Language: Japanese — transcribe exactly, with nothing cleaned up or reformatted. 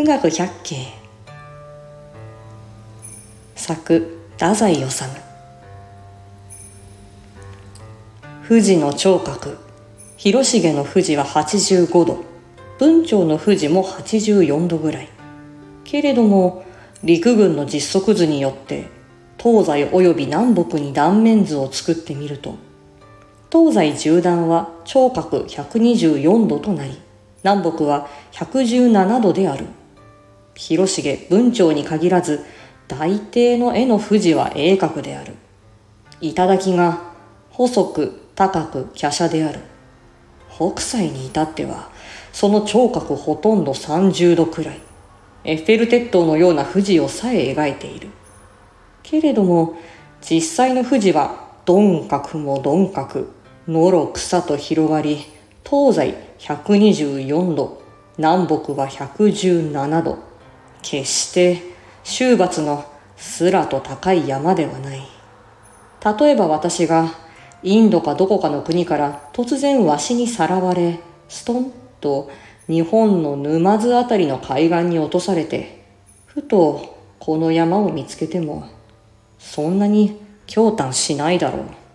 学百景。作太宰治。富士の頂角、広重の富士ははちじゅうごど、文鳥の富士もはちじゅうよんどぐらい。けれども陸軍の実測図によって東西及び南北に断面図を作ってみると、東西縦断は頂角ひゃくにじゅうよんどとなり、南北はひゃくじゅうななどである。広重、文鳥に限らず大抵の絵の富士は鋭角である。頂が細く高く華奢である。北斎に至ってはその頂角ほとんどさんじゅうどくらい、エッフェル鉄塔のような富士をさえ描いている。けれども実際の富士は鈍角も鈍角、のろくさと広がり、東西ひゃくにじゅうよんど、南北はひゃくじゅうななど、決して終末のすらと高い山ではない。例えば私がインドかどこかの国から突然わしにさらわれ、ストンと日本の沼津あたりの海岸に落とされて、ふとこの山を見つけても、そんなに驚嘆しないだろう。